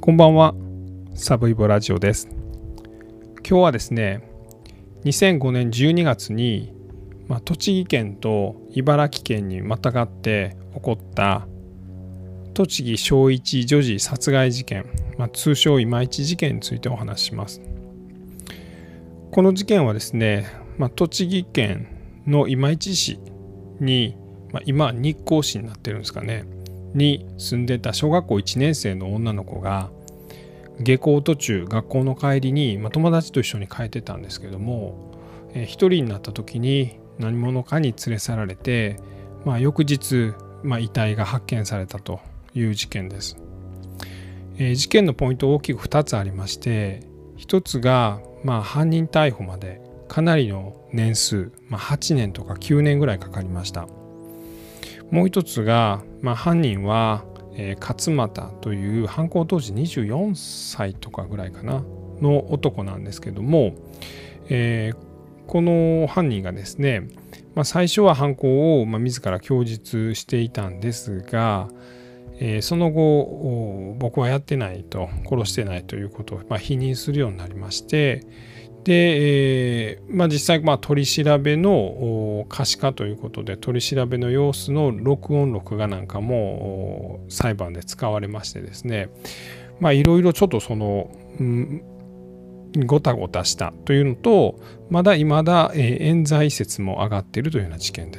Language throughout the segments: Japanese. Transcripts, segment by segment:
こんばんは、サブイボラジオです。今日はですね、2005年12月に、栃木県と茨城県にまたがって起こった栃木小一女児殺害事件、通称今市事件についてお話しします。この事件はですね、栃木県の今市市に、今日光市になってるんですかね、に住んでた小学校1年生の女の子が下校途中、学校の帰りに、友達と一緒に帰ってたんですけども、一人になった時に何者かに連れ去られて、翌日、遺体が発見されたという事件です。事件のポイント大きく2つありまして、1つが、犯人逮捕までかなりの年数、8年とか9年ぐらいかかりました。もう一つが、犯人は、勝俣という犯行当時24歳とかぐらいかなの男なんですけども、この犯人がですね、最初は犯行を、自ら供述していたんですが、その後僕はやってないと、殺してないということを、否認するようになりまして、で、実際取り調べの可視化ということで、取り調べの様子の録音録画なんかも裁判で使われましてですね、いろいろちょっとごたごたしたというのと、未だ冤罪説も上がっているというような事件です。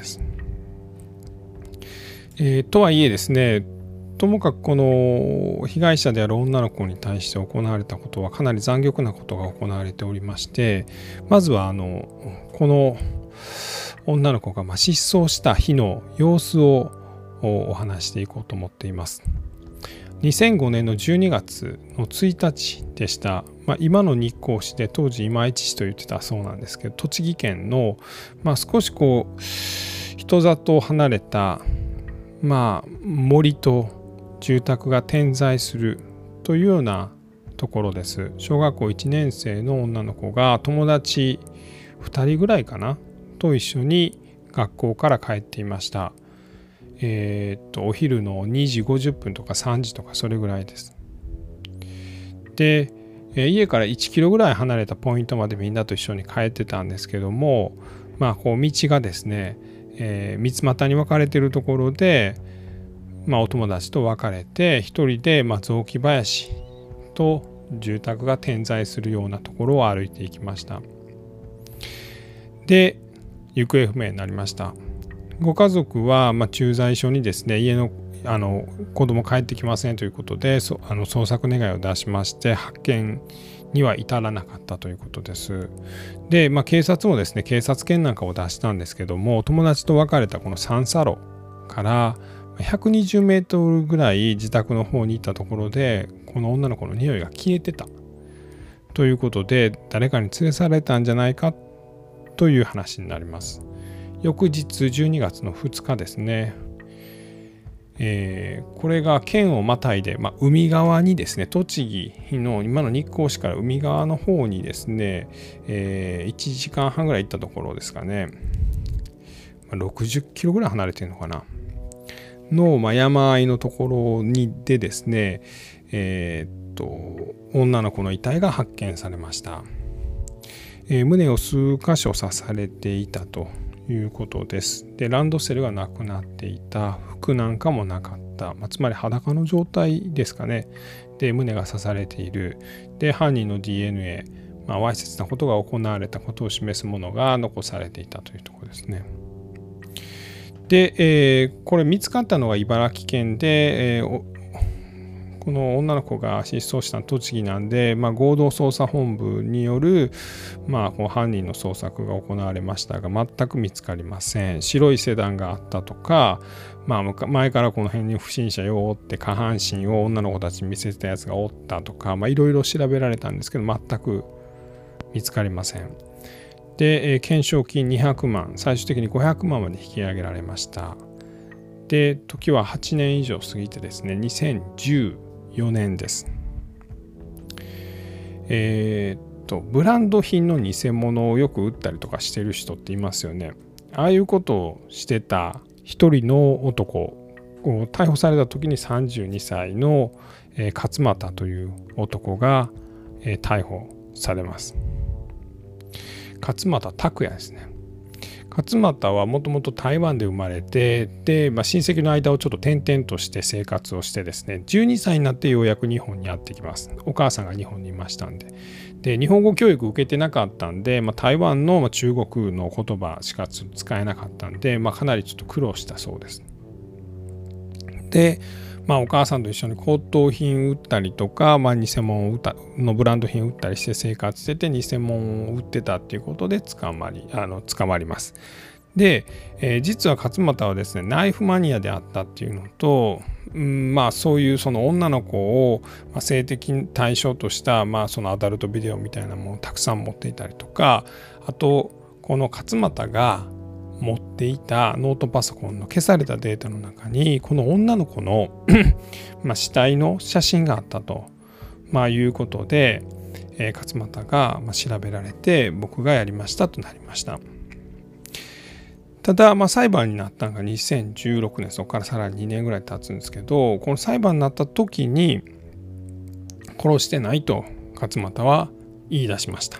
とはいえですね、ともかくこの被害者である女の子に対して行われたことはかなり残虐なことが行われておりまして、まずはこの女の子が失踪した日の様子をお話していこうと思っています。2005年の12月の1日でした。今の日光市で当時今市市と言ってたそうなんですけど、栃木県の少し人里を離れた森と住宅が点在するというようなところです。小学校1年生の女の子が友達2人ぐらいかなと一緒に学校から帰っていました。お昼の2時50分とか3時とかそれぐらいです。で、家から1キロぐらい離れたポイントまでみんなと一緒に帰ってたんですけども、道がですね、三つ股に分かれているところで、お友達と別れて一人で雑木林と住宅が点在するようなところを歩いていきました。で、行方不明になりました。ご家族は駐在所にですね、家の子供帰ってきませんということで捜索願いを出しまして、発見には至らなかったということです。で、警察もですね、警察犬なんかを出したんですけども、友達と別れたこの三叉路から120メートルぐらい自宅の方に行ったところで、この女の子の匂いが消えてたということで、誰かに連れ去られたんじゃないかという話になります。翌日12月の2日ですね、これが県をまたいで、海側にですね、栃木の今の日光市から海側の方にですね、1時間半ぐらい行ったところですかね、60キロぐらい離れてるのかなの、山あいのところにでですね、女の子の遺体が発見されました。胸を数箇所刺されていたということです。で、ランドセルがなくなっていた、服なんかもなかった、つまり裸の状態ですかね。で、胸が刺されている。で、犯人の DNA、わいせつなことが行われたことを示すものが残されていたというところですね。で、これ見つかったのが茨城県で、この女の子が失踪した栃木なんで、合同捜査本部による、この犯人の捜索が行われましたが、全く見つかりません。白いセダンがあったとか、前からこの辺に不審者よって下半身を女の子たちに見せてたやつがおったとか、いろいろ調べられたんですけど、全く見つかりません。で、懸賞金200万、最終的に500万まで引き上げられました。で、時は8年以上過ぎてですね、2014年です。ブランド品の偽物をよく売ったりとかしてる人っていますよね。ああいうことをしてた一人の男逮捕された時に32歳の勝俣という男が逮捕されます。勝俣拓也ですね。勝俣はもともと台湾で生まれて、で、親戚の間をちょっと転々として生活をしてですね、12歳になってようやく日本にやってきます。お母さんが日本にいましたんで。で、日本語教育受けてなかったんで、台湾の中国の言葉しか使えなかったんで、かなりちょっと苦労したそうです。で、お母さんと一緒に骨董品売ったりとか、偽物のブランド品売ったりして生活してて、偽物を売ってたっていうことで捕まります。で、実は勝俣はですね、ナイフマニアであったっていうのと、そういうその女の子を性的対象としたそのアダルトビデオみたいなものをたくさん持っていたりとか、あとこの勝俣が持っていたノートパソコンの消されたデータの中にこの女の子の死体の写真があったと、いうことで、勝俣が調べられて僕がやりましたとなりました。ただ裁判になったのが2016年、そこからさらに2年ぐらい経つんですけど、この裁判になった時に殺してないと勝俣は言い出しました。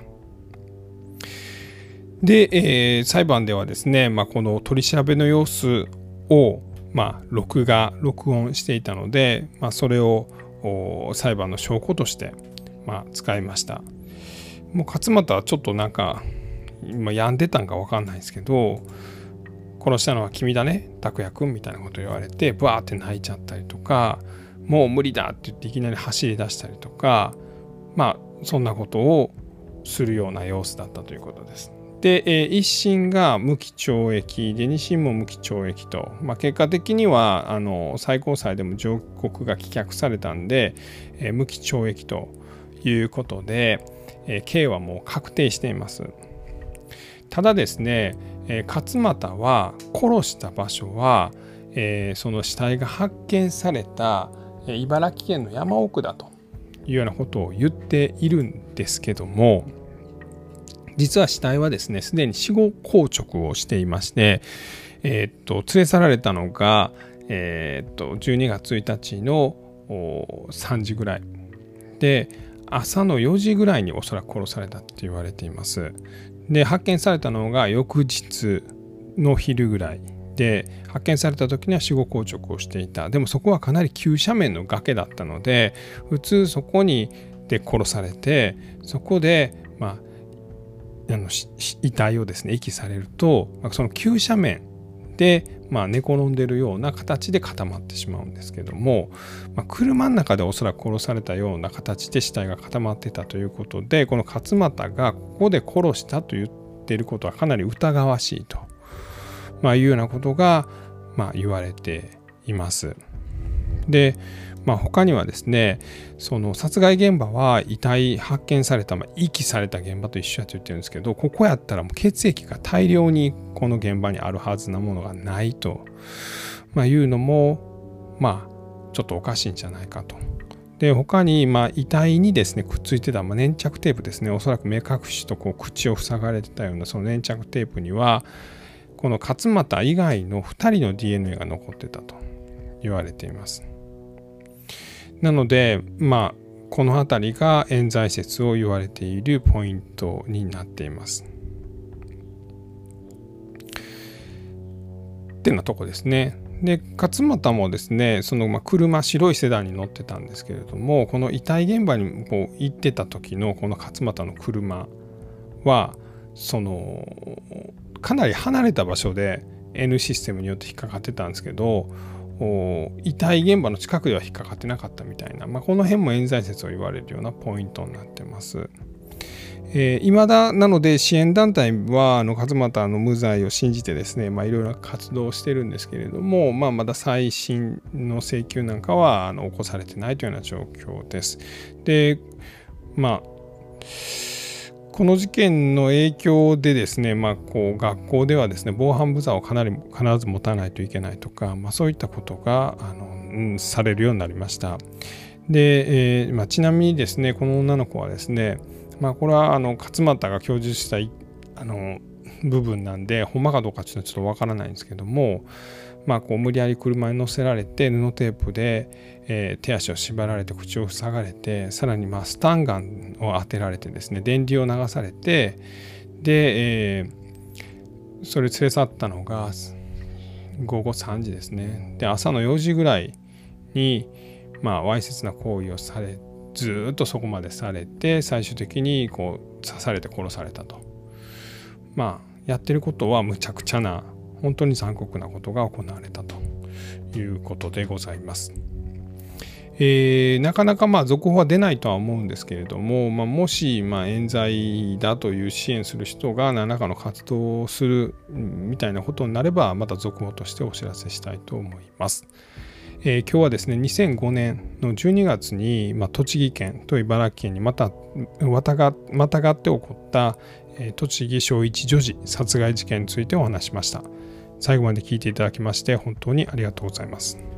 で、裁判ではですね、この取り調べの様子を、録音していたので、それを裁判の証拠として、使いました。もう勝俣はちょっと今病んでたんか分かんないですけど、殺したのは君だね拓也くんみたいなこと言われてバーって泣いちゃったりとか、もう無理だって言っていきなり走り出したりとか、そんなことをするような様子だったということです。で、一審が無期懲役で二審も無期懲役と、結果的には最高裁でも上告が棄却されたんで、無期懲役ということで、刑はもう確定しています。ただですね、勝俣は殺した場所は、その死体が発見された茨城県の山奥だというようなことを言っているんですけども、実は死体はですね、すでに死後硬直をしていまして、連れ去られたのが、12月1日の3時ぐらいで、朝の4時ぐらいにおそらく殺されたって言われています。で、発見されたのが翌日の昼ぐらいで、発見された時には死後硬直をしていた。でもそこはかなり急斜面の崖だったので、普通そこで殺されて、そこで遺体をですね遺棄されると、その急斜面で寝転んでいるような形で固まってしまうんですけども、車の中でおそらく殺されたような形で死体が固まっていたということで、この勝俣がここで殺したと言っていることはかなり疑わしいと、いうようなことが言われています。で、他にはですね、その殺害現場は遺体発見された、遺棄された現場と一緒だと言ってるんですけど、ここやったらもう血液が大量にこの現場にあるはずなものがないと、いうのもちょっとおかしいんじゃないかと。で、他に遺体にですねくっついてた粘着テープですね、おそらく目隠しと口を塞がれてたようなその粘着テープにはこの勝俣以外の2人の DNA が残ってたと言われています。なのでこの辺りが冤罪説を言われているポイントになっています。ってなとこですね。で、勝俣もですね、その白いセダンに乗ってたんですけれども、この遺体現場に行ってた時のこの勝俣の車はかなり離れた場所で N システムによって引っかかってたんですけど、遺体現場の近くでは引っかかってなかったみたいな、この辺も冤罪説を言われるようなポイントになってます。未だなので支援団体は勝俣の無罪を信じてですね、いろいろ活動してるんですけれども、まだ再審の請求なんかは起こされてないというような状況です。で、この事件の影響でですね、学校ではですね、防犯ブザーを必ず持たないといけないとか、そういったことがされるようになりました。で、ちなみにですね、この女の子はですね、これは勝俣が供述した部分なんで、ほんまかどうかちょっとわからないんですけども、 こう無理やり車に乗せられて布テープで、手足を縛られて口を塞がれて、さらにスタンガンを当てられてですね、電流を流されて、で、それ連れ去ったのが午後3時ですね。で朝の4時ぐらいにわいせつな行為をされ、ずっとそこまでされて、最終的にこう刺されて殺されたと。やってることはむちゃくちゃな、本当に残酷なことが行われたということでございます。なかなか続報は出ないとは思うんですけれども、もし冤罪だという支援する人が何らかの活動をするみたいなことになれば、また続報としてお知らせしたいと思います。今日はですね、2005年の12月に、栃木県と茨城県にまたがって起こった栃木小一女児殺害事件についてお話しました。最後まで聞いていただきまして本当にありがとうございます。